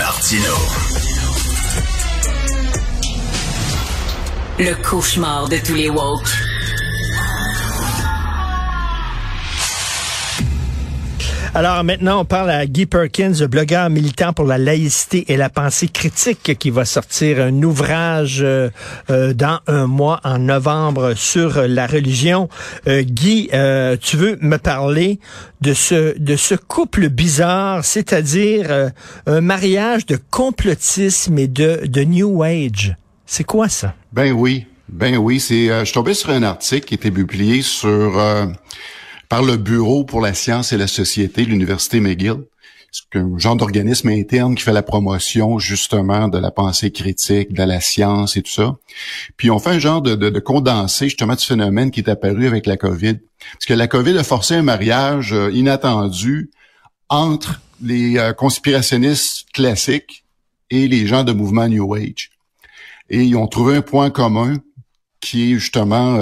Martino. Le cauchemar de tous les woke. Alors maintenant, on parle à Guy Perkins, blogueur militant pour la laïcité et la pensée critique, qui va sortir un ouvrage dans un mois, en novembre, sur la religion. Guy, tu veux me parler de ce couple bizarre, c'est-à-dire un mariage de complotisme et de New Age. C'est quoi ça? Ben oui, je suis tombé sur un article qui était publié par le Bureau pour la science et la société de l'Université McGill. C'est un genre d'organisme interne qui fait la promotion, justement, de la pensée critique, de la science et tout ça. Puis on fait un genre de condensé, justement, du phénomène qui est apparu avec la COVID. Parce que la COVID a forcé un mariage inattendu entre les conspirationnistes classiques et les gens de mouvement New Age. Et ils ont trouvé un point commun qui est justement,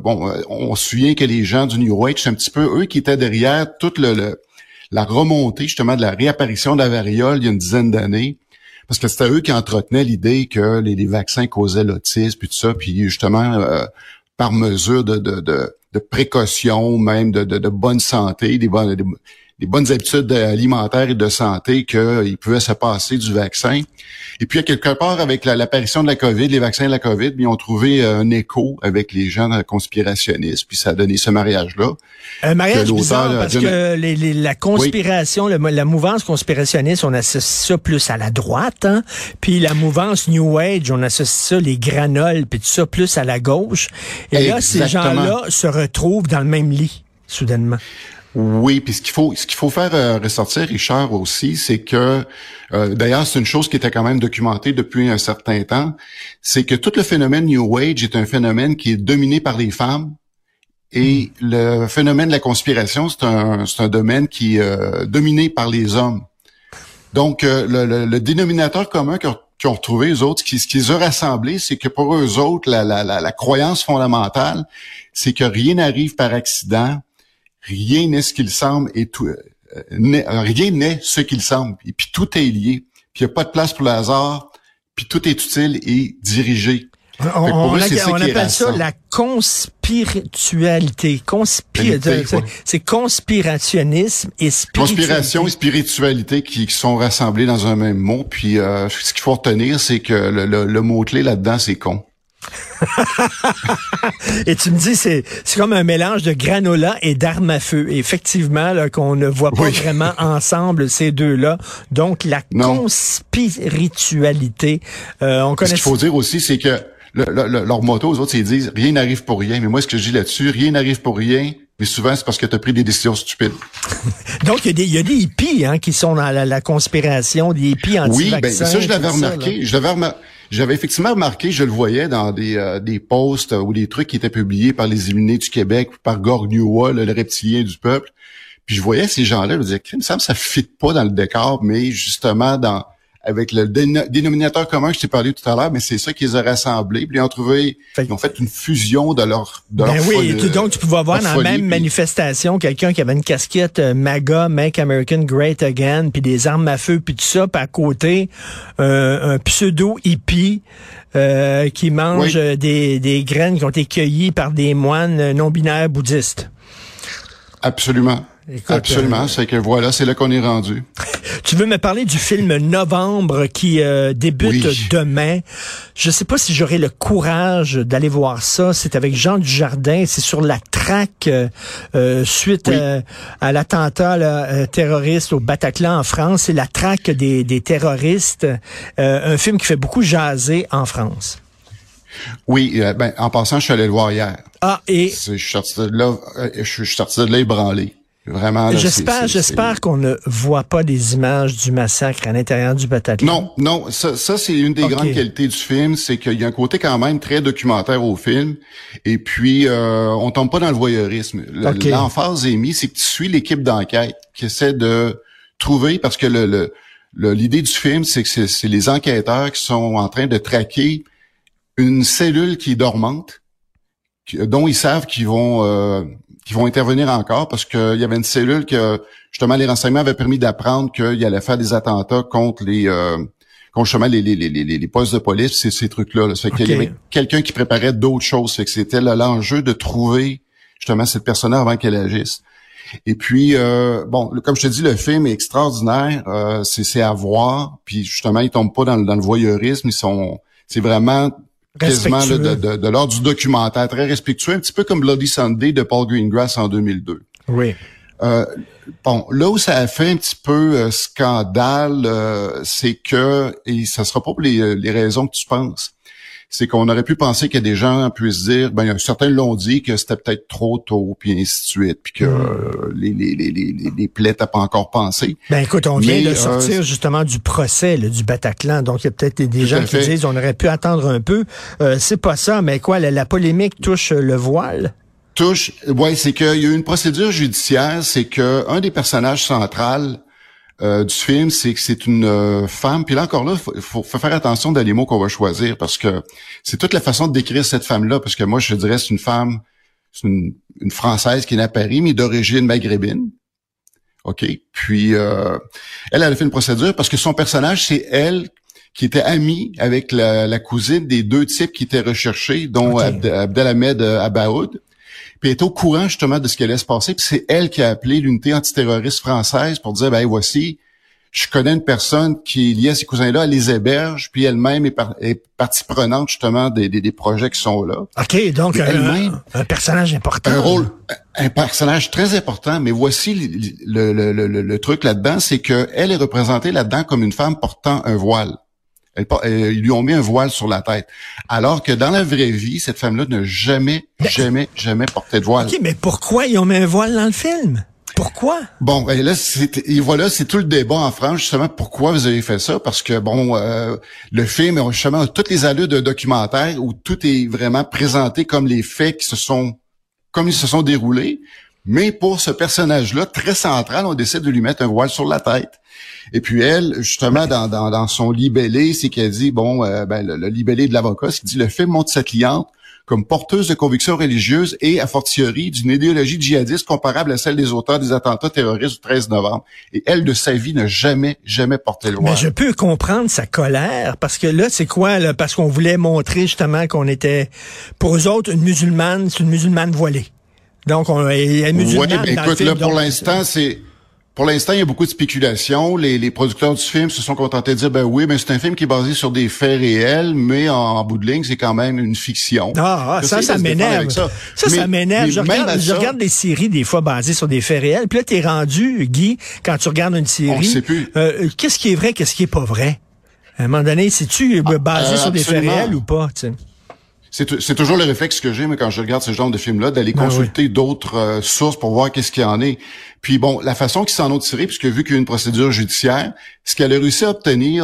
on se souvient que les gens du New Age, c'est un petit peu eux qui étaient derrière toute la remontée justement de la réapparition de la variole il y a une dizaine d'années, parce que c'était eux qui entretenaient l'idée que les vaccins causaient l'autisme puis tout ça, puis justement par mesure de précaution, même de bonne santé, des bonnes habitudes alimentaires et de santé qu'il pouvait se passer du vaccin. Et puis, à quelque part, avec l'apparition de la COVID, les vaccins de la COVID, ils ont trouvé un écho avec les gens conspirationnistes, puis ça a donné ce mariage-là. Un mariage bizarre, parce que la conspiration, oui. La mouvance conspirationniste, on associe ça plus à la droite, hein? Puis la mouvance New Age, on associe ça, les granoles, puis tout ça, plus à la gauche. Et exactement. Là, ces gens-là se retrouvent dans le même lit, soudainement. Oui, puis ce qu'il faut faire ressortir, Richard, aussi, c'est que d'ailleurs, c'est une chose qui était quand même documentée depuis un certain temps, c'est que tout le phénomène New Age est un phénomène qui est dominé par les femmes, et le phénomène de la conspiration, c'est un domaine qui est dominé par les hommes. Donc, le dénominateur commun qu'ils ont retrouvé, eux autres, ce qui les a rassemblés, c'est que pour eux autres, la croyance fondamentale, c'est que rien n'arrive par accident. Rien n'est ce qu'il semble et tout, rien n'est ce qu'il semble. Et puis tout est lié. Puis il n'y a pas de place pour le hasard. Puis tout est utile et dirigé. On appelle ça la conspiritualité. C'est conspirationnisme et spiritualité. Conspiration et spiritualité qui sont rassemblés dans un même mot. Puis ce qu'il faut retenir, c'est que le mot-clé là-dedans, c'est con. Et tu me dis, c'est comme un mélange de granola et d'armes à feu. Et effectivement, là, qu'on ne voit pas vraiment ensemble, ces deux-là. Donc, la conspiritualité, on connaît. Ce qu'il faut dire aussi, c'est que leur motto, aux autres, ils disent « Rien n'arrive pour rien ». Mais moi, ce que je dis là-dessus, rien n'arrive pour rien. Mais souvent, c'est parce que tu as pris des décisions stupides. Donc, il y a des hippies qui sont dans la conspiration, des hippies anti-vaccins. Oui, ben ça, je l'avais remarqué. J'avais effectivement remarqué, je le voyais dans des posts ou des trucs qui étaient publiés par les Illuminés du Québec, par Gorgnoua, le reptilien du peuple. Puis je voyais ces gens-là, je me disais, il me semble que ça fit pas dans le décor, mais justement avec le dénominateur commun que je t'ai parlé tout à l'heure, mais c'est ça qu'ils ont rassemblé. Puis ils ont fait une fusion de leur oui, donc tu pouvais voir dans la même manifestation quelqu'un qui avait une casquette MAGA, Make American Great Again, puis des armes à feu, puis tout ça, puis à côté, un pseudo-hippie qui mange des graines qui ont été cueillies par des moines non-binaires bouddhistes. Absolument. Écoute, absolument, c'est que voilà, c'est là qu'on est rendu. Tu veux me parler du film Novembre qui débute demain. Je sais pas si j'aurai le courage d'aller voir ça. C'est avec Jean Dujardin. C'est sur la traque suite à l'attentat terroriste au Bataclan en France. C'est la traque des terroristes. Un film qui fait beaucoup jaser en France. Oui, en passant, je suis allé le voir hier. Ah, et je suis sorti de là ébranlé. Vraiment, là, j'espère qu'on ne voit pas des images du massacre à l'intérieur du Bataclan. Non, ça c'est une des grandes qualités du film, c'est qu'il y a un côté quand même très documentaire au film, et puis on tombe pas dans le voyeurisme. L'emphase est mise, c'est que tu suis l'équipe d'enquête qui essaie de trouver, parce que l'idée du film, c'est que c'est les enquêteurs qui sont en train de traquer une cellule qui est dormante, dont ils savent qu'ils qui vont intervenir encore parce que il y avait une cellule que justement les renseignements avaient permis d'apprendre qu'il allait faire des attentats contre contre justement les postes de police, ces trucs-là. Là. Ça fait qu'il y avait quelqu'un qui préparait d'autres choses. Ça fait que c'était là, l'enjeu de trouver justement cette personne-là avant qu'elle agisse. Et puis bon, comme je te dis, le film est extraordinaire. C'est à voir. Puis justement, ils tombent pas dans le voyeurisme. C'est vraiment quasiment là, de l'ordre du documentaire, très respectueux, un petit peu comme Bloody Sunday de Paul Greengrass en 2002. Oui. Bon, là où ça a fait un petit peu scandale, c'est que, et ça sera pas pour les raisons que tu penses, c'est qu'on aurait pu penser que des gens puissent dire, ben certains l'ont dit que c'était peut-être trop tôt, puis ainsi de suite, puis que les plaies t'as pas encore pensé. Ben écoute, on vient de sortir justement du procès là, du Bataclan, donc il y a peut-être des gens qui disent on aurait pu attendre un peu. C'est pas ça, mais quoi, la polémique touche le voile? Ouais, c'est qu'il y a eu une procédure judiciaire, c'est que un des personnages centraux du film, c'est que c'est une femme. Puis là encore là, faut faire attention dans les mots qu'on va choisir parce que c'est toute la façon de décrire cette femme-là. Parce que moi, je dirais c'est une femme, c'est une Française qui est née à Paris, mais d'origine maghrébine. OK. Puis elle a fait une procédure parce que son personnage, c'est elle qui était amie avec la cousine des deux types qui étaient recherchés, dont Abdelhamed Abaoud. Puis elle est au courant justement de ce qui allait se passer. Puis c'est elle qui a appelé l'unité antiterroriste française pour dire, ben voici, je connais une personne qui est liée à ces cousins-là, elle les héberge, puis elle-même est partie prenante justement des projets qui sont là. OK, donc un personnage important. Un personnage très important, mais voici le truc là-dedans, c'est qu'elle est représentée là-dedans comme une femme portant un voile. Ils lui ont mis un voile sur la tête. Alors que dans la vraie vie, cette femme-là n'a jamais porté de voile. OK, mais pourquoi ils ont mis un voile dans le film? Pourquoi? Bon, ben là, c'est tout le débat en France, justement, pourquoi vous avez fait ça? Parce que, bon, le film, justement, a toutes les allures de documentaire où tout est vraiment présenté comme les faits ils se sont déroulés. Mais pour ce personnage-là, très central, on décide de lui mettre un voile sur la tête. Et puis elle, justement, dans son libellé, c'est qu'elle dit, bon, le libellé de l'avocat, c'est qu'il dit, le film montre sa cliente comme porteuse de convictions religieuses et, a fortiori, d'une idéologie djihadiste comparable à celle des auteurs des attentats terroristes du 13 novembre. Et elle, de sa vie, n'a jamais porté le voile. Mais je peux comprendre sa colère, parce que là, c'est quoi, là? Parce qu'on voulait montrer, justement, qu'on était, pour eux autres, une musulmane, c'est une musulmane voilée. Donc, elle est musulmane. Oui, mais écoute, là, pour l'instant, il y a beaucoup de spéculation. Les producteurs du film se sont contentés de dire, ben oui, mais c'est un film qui est basé sur des faits réels, mais en bout de ligne, c'est quand même une fiction. Ça m'énerve. Ça m'énerve. Je regarde des séries, des fois, basées sur des faits réels. Puis là, t'es rendu, Guy, quand tu regardes une série, on sait plus. Qu'est-ce qui est vrai, qu'est-ce qui est pas vrai? À un moment donné, c'est-tu basé sur des faits réels ou pas, tu sais? C'est toujours le réflexe que j'ai, mais quand je regarde ce genre de film-là, d'aller consulter d'autres sources pour voir qu'est-ce qu'il y en est. Puis bon, la façon qu'ils s'en ont tiré, puisque vu qu'il y a eu une procédure judiciaire, ce qu'elle a réussi à obtenir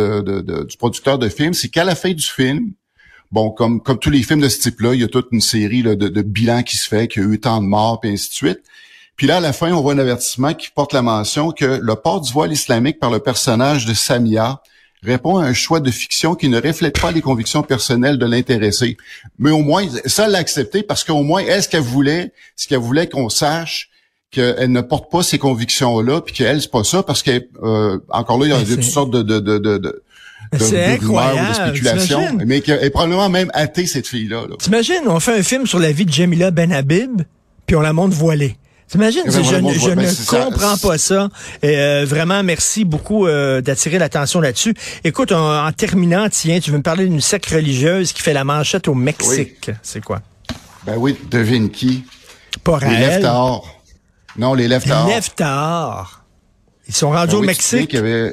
du producteur de film, c'est qu'à la fin du film, bon, comme tous les films de ce type-là, il y a toute une série là, de bilans qui se fait, qu'il y a eu tant de morts, puis ainsi de suite. Puis là, à la fin, on voit un avertissement qui porte la mention que le port du voile islamique par le personnage de Samia répond à un choix de fiction qui ne reflète pas les convictions personnelles de l'intéressé. Mais au moins, ça, elle l'a accepté parce qu'au moins, ce qu'elle voulait qu'on sache qu'elle ne porte pas ces convictions-là, puis qu'elle, c'est pas ça, parce qu'elle, encore là, il y a toutes sortes de rumeurs ou de spéculations, mais qu'elle est probablement même athée, cette fille-là. Là. T'imagines, on fait un film sur la vie de Jamila Ben-Habib, puis on la montre voilée. T'imagines? Je ne comprends pas ça. Et, vraiment, merci beaucoup d'attirer l'attention là-dessus. Écoute, en terminant, tiens, tu veux me parler d'une secte religieuse qui fait la manchette au Mexique. Oui. C'est quoi? Ben oui, devine qui? Pas les Leftards. Non, les Leftards. Les Leftards. Ils sont rendus au Mexique?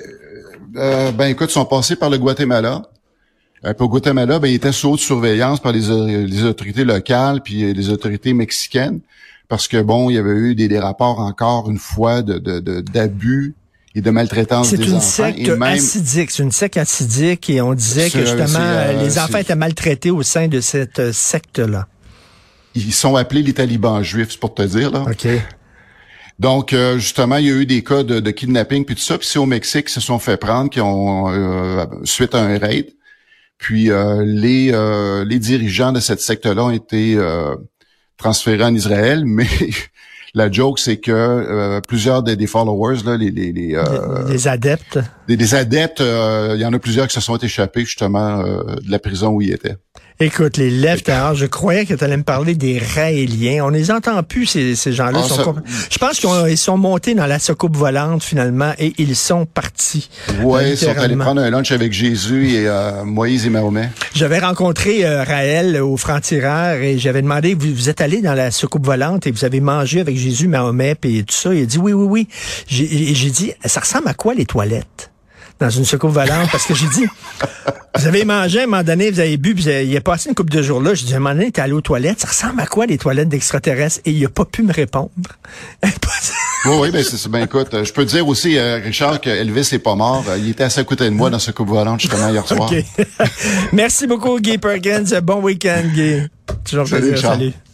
Écoute, ils sont passés par le Guatemala. Puis au Guatemala, ils étaient sous haute surveillance par les autorités locales puis les autorités mexicaines. Parce que bon, il y avait eu des rapports encore une fois d'abus et de maltraitance des enfants. C'est une secte acidique et on disait que justement les enfants étaient maltraités au sein de cette secte-là. Ils sont appelés les talibans juifs, c'est pour te dire là. OK. Donc justement, il y a eu des cas de kidnapping puis tout ça, puis c'est au Mexique qui se sont fait prendre, qui ont suite à un raid. Puis les dirigeants de cette secte-là ont été transférés en Israël, mais la joke, c'est que plusieurs des followers, là, les adeptes. Des adeptes, il y en a plusieurs qui se sont échappés justement de la prison où ils étaient. Écoute, les leftards, je croyais que tu allais me parler des Raéliens. On les entend plus, ces gens-là. Je pense qu'ils sont montés dans la soucoupe volante, finalement, et ils sont partis. Oui, ils sont allés prendre un lunch avec Jésus et Moïse et Mahomet. J'avais rencontré Raël au franc-tireur et j'avais demandé, vous êtes allé dans la soucoupe volante et vous avez mangé avec Jésus, Mahomet, et tout ça. Il a dit oui. J'ai dit, ça ressemble à quoi les toilettes dans une soucoupe volante? Parce que j'ai dit, vous avez mangé à un moment donné, vous avez bu, puis il a passé une couple de jours là. J'ai dit, à un moment donné, t'es allé aux toilettes. Ça ressemble à quoi les toilettes d'extraterrestres? Et il a pas pu me répondre. Oui, ben écoute, je peux te dire aussi, Richard, que Elvis est pas mort. Il était assez à côté de moi dans ce coupe volante justement hier soir. Okay. Merci beaucoup, Guy Perkins. Bon week-end, Guy. Toujours plaisir. Salut.